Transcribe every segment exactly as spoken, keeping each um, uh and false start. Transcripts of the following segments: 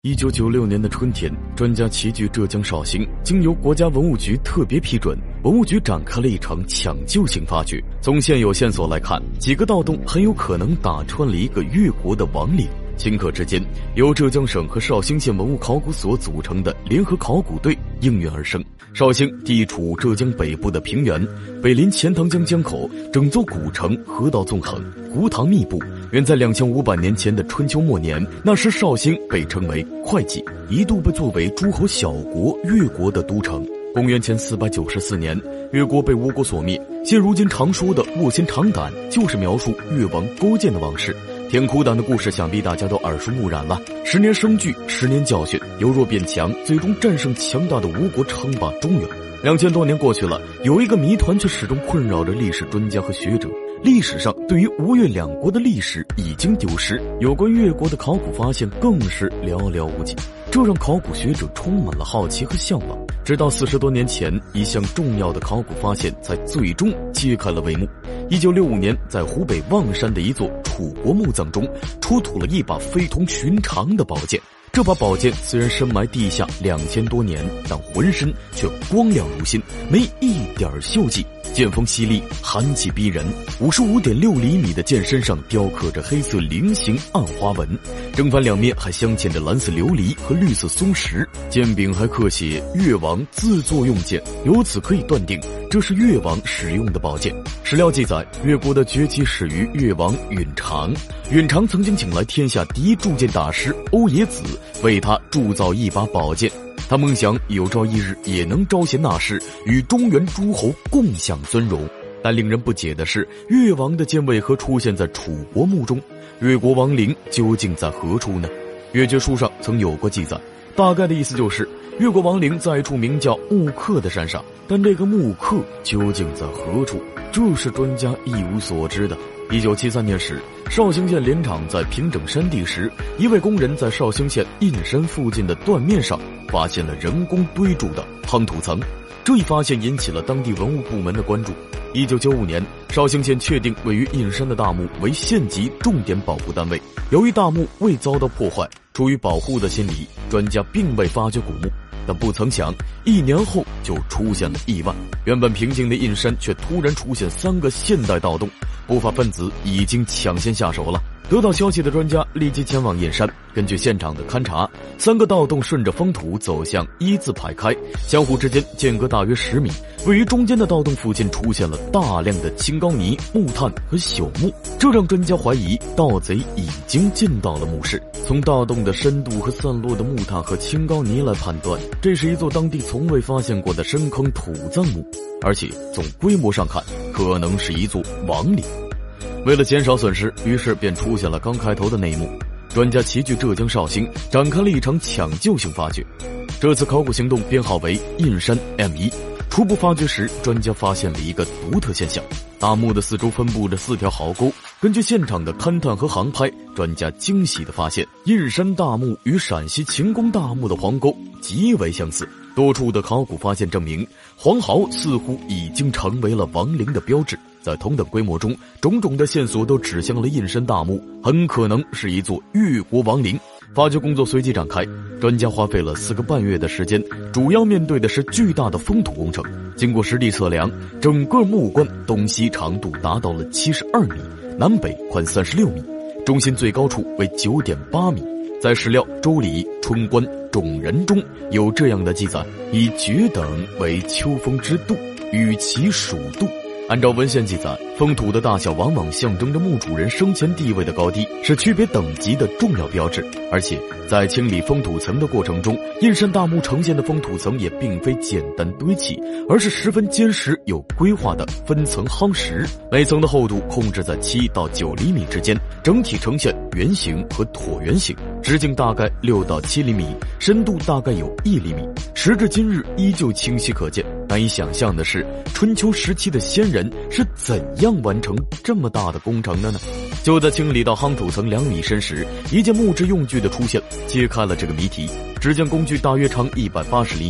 一九九六年的春天，专家齐聚浙江绍兴，经由国家文物局特别批准，文物局展开了一场抢救性发掘。从现有线索来看，几个盗洞很有可能打穿了一个越国的王陵。顷刻之间，由浙江省和绍兴县文物考古所组成的联合考古队应运而生。绍兴地处浙江北部的平原，北临钱塘江江口，整座古城河道纵横，湖塘密布。远在两千五百年前的春秋末年，那时绍兴被称为会稽，一度被作为诸侯小国越国的都城。公元前四百九十四年，越国被吴国所灭。现如今常说的卧薪尝胆，就是描述越王勾践的往事。填苦胆的故事想必大家都耳熟目染了，十年生聚，十年教训，由弱变强，最终战胜强大的吴国，称霸中原。两千多年过去了，有一个谜团却始终困扰着历史专家和学者。历史上对于吴越两国的历史已经丢失，有关越国的考古发现更是寥寥无几，这让考古学者充满了好奇和向往。直到四十多年前，一项重要的考古发现才最终揭开了帷幕。一九六五年，在湖北望山的一座楚国墓葬中，出土了一把非同寻常的宝剑。这把宝剑虽然深埋地下两千多年，但浑身却光亮如新，没一点锈迹。剑锋犀利，寒气逼人。五十五点六厘米的剑身上雕刻着黑色菱形暗花纹，正反两面还镶嵌着蓝色琉璃和绿色松石。剑柄还刻写越王自作用剑，由此可以断定这是越王使用的宝剑。史料记载，越国的崛起始于越王允常。允常曾经请来天下第一铸剑大师欧冶子，为他铸造一把宝剑。他梦想有朝一日也能招贤纳士，与中原诸侯共享尊荣。但令人不解的是，越王的剑为何出现在楚国墓中？越国王陵究竟在何处呢？越诀书上曾有过记载，大概的意思就是越国王陵在一处名叫木刻的山上，但这个木刻究竟在何处，这是专家一无所知的。一九七三年时，绍兴县连长在平整山地时，一位工人在绍兴县印山附近的断面上发现了人工堆筑的夯土层。这一发现引起了当地文物部门的关注。一九九五年，绍兴县确定位于印山的大墓为县级重点保护单位。由于大墓未遭到破坏，出于保护的心理，专家并未发掘古墓。但不曾想，一年后就出现了意外。原本平静的印山却突然出现三个现代盗洞，不法分子已经抢先下手了。得到消息的专家立即前往印山，根据现场的勘查，三个盗洞顺着封土走向一字排开，相互之间间隔大约十米。位于中间的盗洞附近出现了大量的青膏泥、木炭和朽木，这让专家怀疑盗贼已经进到了墓室。从盗洞的深度和散落的木炭和青膏泥来判断，这是一座当地从未发现过的深坑土葬墓，而且从规模上看，可能是一座王陵。为了减少损失，于是便出现了刚开头的那一幕。专家齐聚浙江绍兴，展开了一场抢救性发掘。这次考古行动编号为印山 M 一。初步发掘时，专家发现了一个独特现象：大墓的四周分布着四条壕沟。根据现场的勘探和航拍，专家惊喜地发现，印山大墓与陕西秦公大墓的皇沟极为相似。多处的考古发现证明，黄壕似乎已经成为了王陵的标志。在同等规模中，种种的线索都指向了印山大墓，很可能是一座越国王陵。发掘工作随即展开，专家花费了四个半月的时间，主要面对的是巨大的封土工程。经过实地测量，整个墓棺东西长度达到了七十二米，南北宽三十六米，中心最高处为九点八米。在史料《周礼·春官·种人》中有这样的记载：以厥等为秋风之度，与其属度。按照文献记载，封土的大小往往象征着墓主人生前地位的高低，是区别等级的重要标志。而且在清理封土层的过程中，印山大墓呈现的封土层也并非简单堆砌，而是十分坚实有规划的分层夯实，每层的厚度控制在七到九厘米之间，整体呈现圆形和椭圆形，直径大概六到七厘米，深度大概有一厘米。时至今日依旧清晰可见。难以想象的是，春秋时期的先人是怎样完成这么大的工程的呢？就在清理到夯土层两米深时，一件木质用具的出现揭开了这个谜题。只见工具大约长一百八十厘米，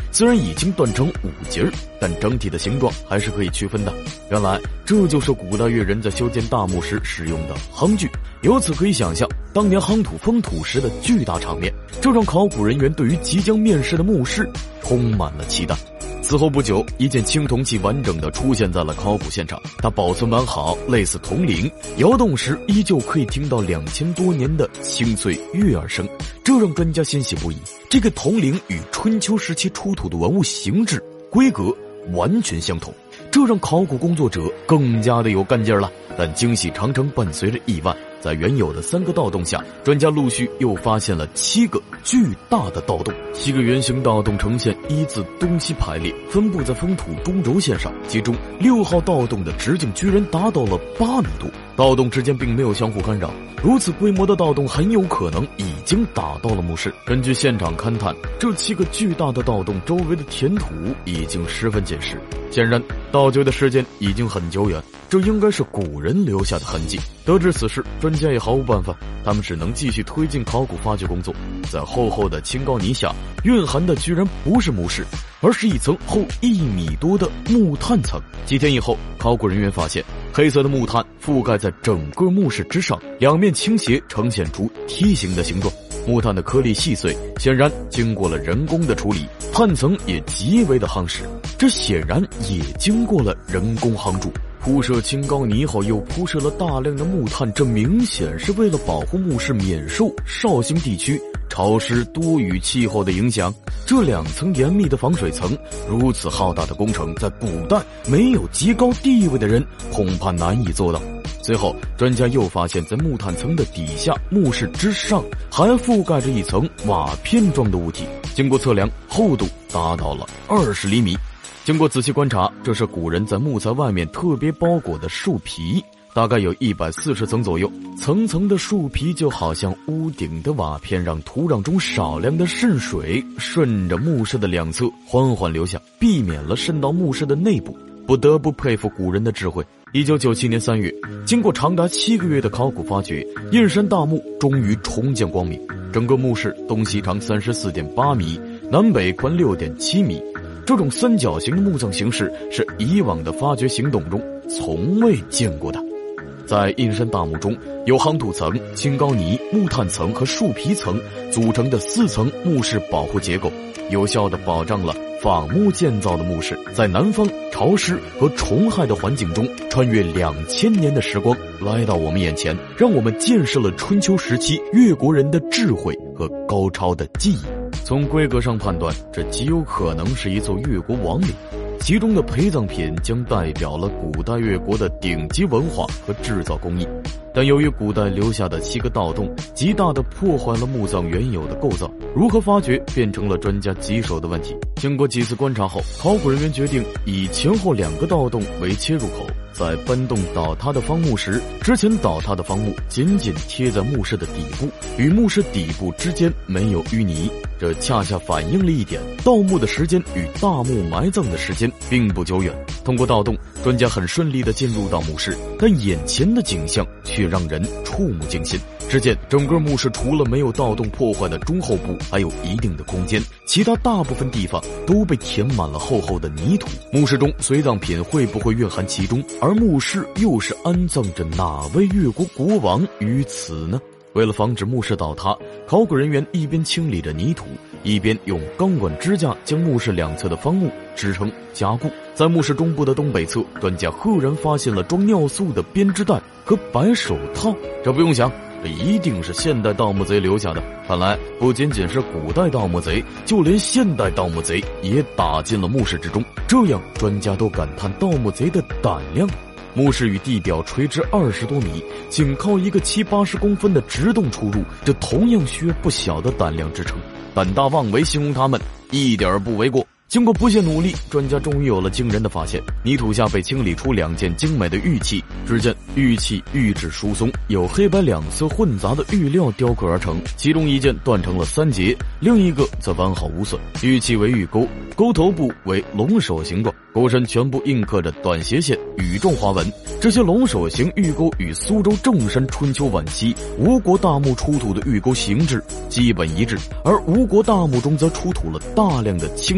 虽然已经断成五节，但整体的形状还是可以区分的。原来这就是古代越人在修建大墓时使用的夯具，由此可以想象当年夯土封土时的巨大场面，这让考古人员对于即将面世的墓室充满了期待。此后不久，一件青铜器完整的出现在了考古现场，它保存完好，类似铜铃，摇动时依旧可以听到两千多年的清脆悦耳声，这让专家欣喜不已。这个铜铃与春秋时期出土的文物形制、规格完全相同，这让考古工作者更加的有干劲了。但惊喜常常伴随着意外，在原有的三个盗洞下，专家陆续又发现了七个巨大的盗洞。七个圆形盗洞呈现依次东西排列，分布在封土中轴线上，其中六号盗洞的直径居然达到了八米多，盗洞之间并没有相互干扰，如此规模的盗洞很有可能已经打到了墓室。根据现场勘探，这七个巨大的盗洞周围的填土已经十分坚实，显然盗掘的时间已经很久远，这应该是古人留下的痕迹。得知此事，专家也毫无办法，他们只能继续推进考古发掘工作。在厚厚的青膏泥下，蕴含的居然不是墓室，而是一层厚一米多的木炭层。几天以后，考古人员发现黑色的木炭覆盖在整个墓室之上，两面倾斜，呈现出梯形的形状。木炭的颗粒细碎，显然经过了人工的处理，炭层也极为的夯实，这显然也经过了人工夯筑。铺设青膏泥后又铺设了大量的木炭，这明显是为了保护墓室免受绍兴地区潮湿多雨气候的影响。这两层严密的防水层，如此浩大的工程，在古代没有极高地位的人恐怕难以做到。随后专家又发现，在木炭层的底下，墓室之上还覆盖着一层瓦片状的物体，经过测量，厚度达到了二十厘米。经过仔细观察，这是古人在木材外面特别包裹的树皮，大概有一百四十层左右，层层的树皮就好像屋顶的瓦片，让土壤中少量的渗水顺着墓室的两侧缓缓流下，避免了渗到墓室的内部。不得不佩服古人的智慧。一九九七年三月，经过长达七个月的考古发掘，印山大墓终于重见光明。整个墓室东西长 三十四点八米，南北宽 六点七米。这种三角形的墓葬形式是以往的发掘行动中从未见过的。在印山大墓中，有夯土层、青膏泥、木炭层和树皮层组成的四层墓室保护结构，有效地保障了仿木建造的墓室在南方潮湿和虫害的环境中，穿越两千年的时光来到我们眼前，让我们见识了春秋时期越国人的智慧和高超的技艺。从规格上判断，这极有可能是一座越国王陵，其中的陪葬品将代表了古代越国的顶级文化和制造工艺。但由于古代留下的七个盗洞极大地破坏了墓葬原有的构造，如何发掘变成了专家棘手的问题。经过几次观察后，考古人员决定以前后两个盗洞为切入口，在搬动倒塌的方墓时，之前倒塌的方墓紧紧贴在墓室的底部，与墓室底部之间没有淤泥，这恰恰反映了一点，盗墓的时间与大墓埋葬的时间并不久远。通过盗洞，专家很顺利地进入到墓室，但眼前的景象却让人触目惊心。只见整个墓室除了没有盗洞破坏的中后部还有一定的空间，其他大部分地方都被填满了厚厚的泥土。墓室中随葬品会不会蕴含其中？而墓室又是安葬着哪位越国国王于此呢？为了防止墓室倒塌，考古人员一边清理着泥土，一边用钢管支架将墓室两侧的方木支撑加固。在墓室中部的东北侧，专家赫然发现了装尿素的编织袋和白手套。这不用想，这一定是现代盗墓贼留下的。看来不仅仅是古代盗墓贼，就连现代盗墓贼也打进了墓室之中，这样专家都感叹盗墓贼的胆量。墓室与地表垂直二十多米，仅靠一个七八十公分的直洞出入，这同样需要不小的胆量支撑。胆大妄为形容他们一点不为过。经过不懈努力，专家终于有了惊人的发现。泥土下被清理出两件精美的玉器，只见玉器玉质疏松，有黑白两色混杂的玉料雕刻而成，其中一件断成了三节，另一个则完好无损。玉器为玉钩，钩头部为龙首形状，钩身全部印刻着短斜线羽状花纹。这些龙首形玉钩与苏州正山春秋晚期吴国大墓出土的玉钩形制基本一致，而吴国大墓中则出土了大量的青铜器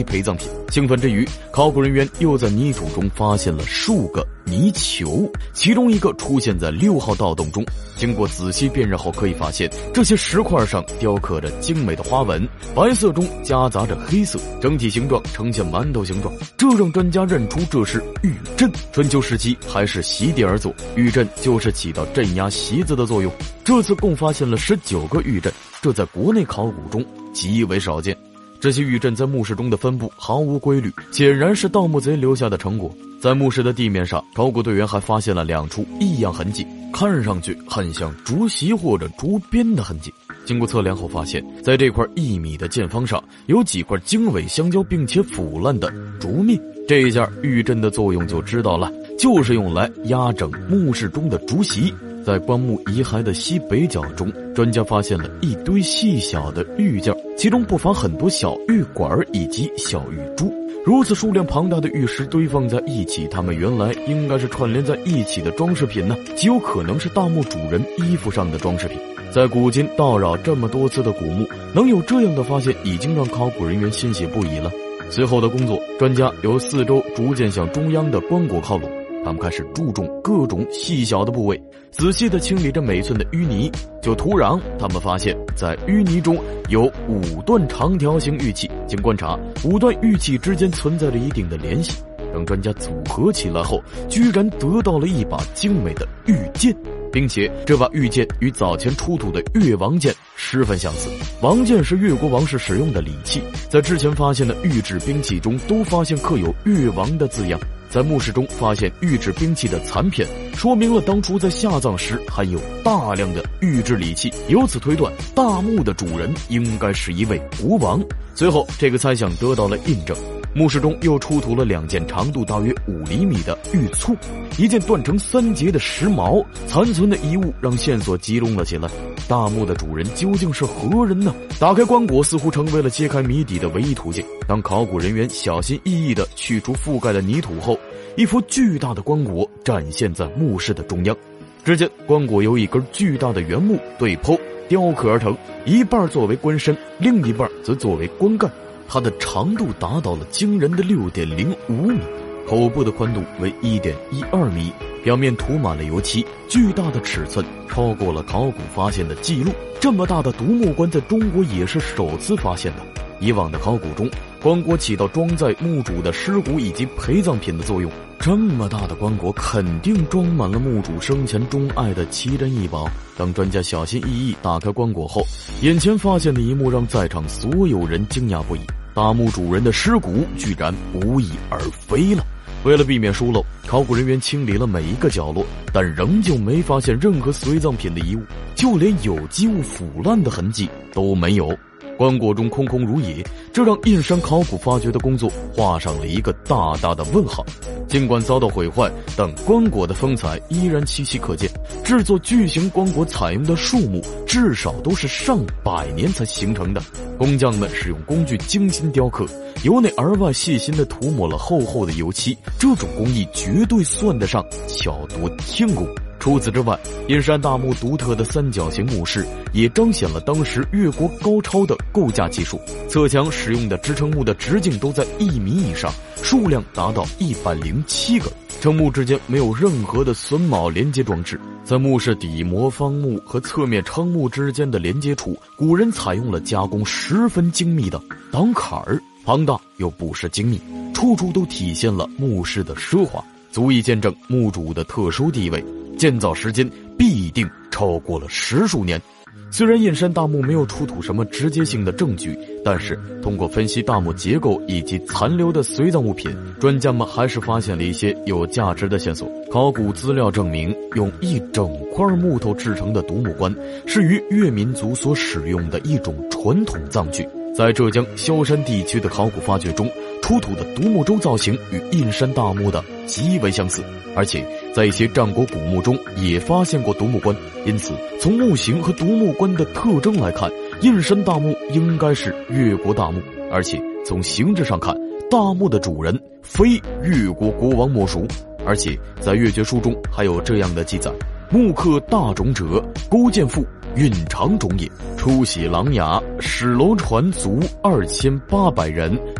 陪葬品。兴奋之余，考古人员又在泥土中发现了数个泥球，其中一个出现在六号盗洞中。经过仔细辨认后，可以发现这些石块上雕刻着精美的花纹，白色中夹杂着黑色，整体形状呈现馒头形状，这让专家认出这是玉阵。春秋时期还是席地而坐，玉阵就是起到镇压席子的作用。这次共发现了十九个玉阵，这在国内考古中极为少见。这些玉阵在墓室中的分布毫无规律，显然是盗墓贼留下的成果。在墓室的地面上，考古队员还发现了两处异样痕迹，看上去很像竹席或者竹编的痕迹。经过测量后发现，在这块一米的见方上有几块经纬相交并且腐烂的竹篾。这一下玉阵的作用就知道了，就是用来压整墓室中的竹席。在棺木遗骸的西北角中，专家发现了一堆细小的玉件，其中不乏很多小玉管以及小玉珠。如此数量庞大的玉石堆放在一起，它们原来应该是串联在一起的装饰品呢，极有可能是大墓主人衣服上的装饰品。在古今叨扰这么多次的古墓，能有这样的发现，已经让考古人员欣喜不已了。随后的工作，专家由四周逐渐向中央的棺椁靠拢。他们开始注重各种细小的部位，仔细地清理着每寸的淤泥。就土壤，他们发现在淤泥中有五段长条形玉器，经观察，五段玉器之间存在着一定的联系。等专家组合起来后，居然得到了一把精美的玉剑，并且这把玉剑与早前出土的越王剑十分相似。王剑是越国王室使用的礼器，在之前发现的玉制兵器中都发现刻有越王的字样。在墓室中发现玉制兵器的残片，说明了当初在下葬时含有大量的玉制礼器，由此推断大墓的主人应该是一位国王。随后这个猜想得到了印证，墓室中又出土了两件长度大约五厘米的玉簇，一件断成三截的石矛，残存的遗物让线索集中了起来。大墓的主人究竟是何人呢？打开棺椁似乎成为了揭开谜底的唯一途径。当考古人员小心翼翼地去除覆盖的泥土后，一幅巨大的棺椁展现在墓室的中央。只见棺椁由一根巨大的原木对剖雕刻而成，一半作为棺身，另一半则作为棺盖。它的长度达到了惊人的 六点零五米，口部的宽度为 一点一二米，表面涂满了油漆，巨大的尺寸超过了考古发现的记录。这么大的独木棺在中国也是首次发现的。以往的考古中，棺椁起到装载墓主的尸骨以及陪葬品的作用，这么大的棺椁肯定装满了墓主生前钟爱的奇珍异宝。当专家小心翼翼打开棺椁后，眼前发现的一幕让在场所有人惊讶不已，大墓主人的尸骨居然不翼而飞了。为了避免疏漏，考古人员清理了每一个角落，但仍旧没发现任何随葬品的遗物，就连有机物腐烂的痕迹都没有。棺椁中空空如也，这让印山考古发掘的工作画上了一个大大的问号。尽管遭到毁坏，但棺椁的风采依然清晰可见。制作巨型棺椁采用的树木至少都是上百年才形成的，工匠们使用工具精心雕刻，由内而外细心地涂抹了厚厚的油漆，这种工艺绝对算得上巧夺天工。除此之外，印山大墓独特的三角形墓室也彰显了当时越国高超的构架技术。侧墙使用的支撑木的直径都在一米以上，数量达到一百零七个，撑木之间没有任何的榫卯连接装置。在墓室底模方木和侧面撑木之间的连接处，古人采用了加工十分精密的挡坎儿，庞大又不失精密，处处都体现了墓室的奢华，足以见证墓主的特殊地位。建造时间必定超过了十数年。虽然印山大墓没有出土什么直接性的证据，但是通过分析大墓结构以及残留的随葬物品，专家们还是发现了一些有价值的线索。考古资料证明，用一整块木头制成的独木棺是于越民族所使用的一种传统葬具。在浙江萧山地区的考古发掘中，出土的独木舟造型与印山大墓的极为相似，而且在一些战国古墓中也发现过独木棺，因此从木形和独木棺的特征来看，印山大墓应该是越国大墓，而且从形制上看，大墓的主人非越国国王莫属。而且在越绝书中还有这样的记载：木刻大冢者，勾践父运长冢也，出徙琅琊，使楼船卒二千八百人，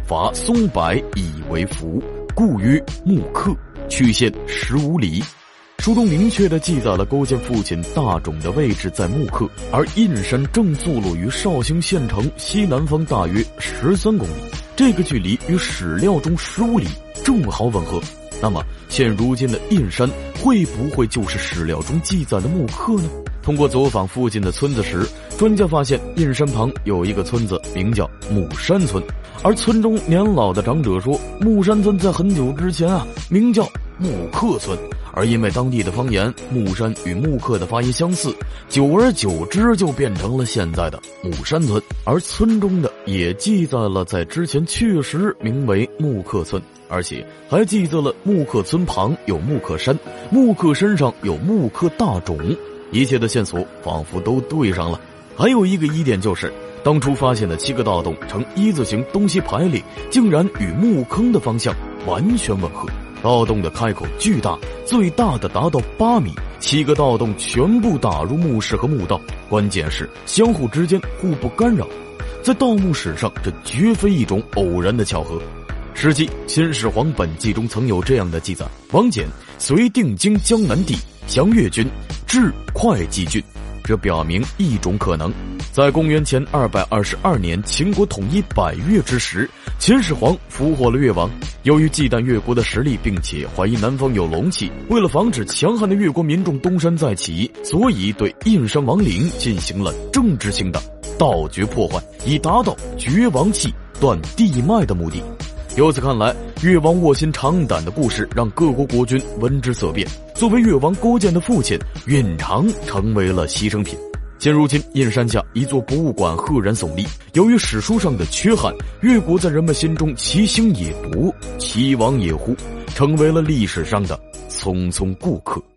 伐松柏以为符，故曰木刻，去县十五里。书中明确地记载了勾践父亲大冢的位置在木刻，而印山正坐落于绍兴县城西南方大约十三公里，这个距离与史料中十五里正好吻合。那么现如今的印山会不会就是史料中记载的木刻呢？通过走访附近的村子时，专家发现印山旁有一个村子名叫木山村，而村中年老的长者说，木山村在很久之前啊名叫木刻村，而因为当地的方言木山与木刻的发音相似，久而久之就变成了现在的木山村。而村中的也记载了在之前确实名为木刻村，而且还记载了木刻村旁有木刻山，木刻身上有木刻大冢，一切的线索仿佛都对上了。还有一个疑点就是，当初发现的七个盗洞呈一字形东西排列，竟然与墓坑的方向完全吻合。盗洞的开口巨大，最大的达到八米，七个盗洞全部打入墓室和墓道，关键是相互之间互不干扰。在盗墓史上，这绝非一种偶然的巧合。史记《秦始皇本纪》中曾有这样的记载：王翦随定京江南地，降越军，至会稽郡。这表明一种可能，在公元前二百二十二年秦国统一百越之时，秦始皇俘获了越王。由于忌惮越国的实力，并且怀疑南方有龙气，为了防止强悍的越国民众东山再起，所以对印山王陵进行了政治性的盗掘破坏，以达到绝王气、断地脉的目的。由此看来，越王卧薪尝胆的故事让各国国君闻之色变。作为越王勾践的父亲，允常成为了牺牲品。现如今，印山下一座博物馆赫然耸立。由于史书上的缺憾，越国在人们心中其兴也勃，其亡也忽，成为了历史上的匆匆过客。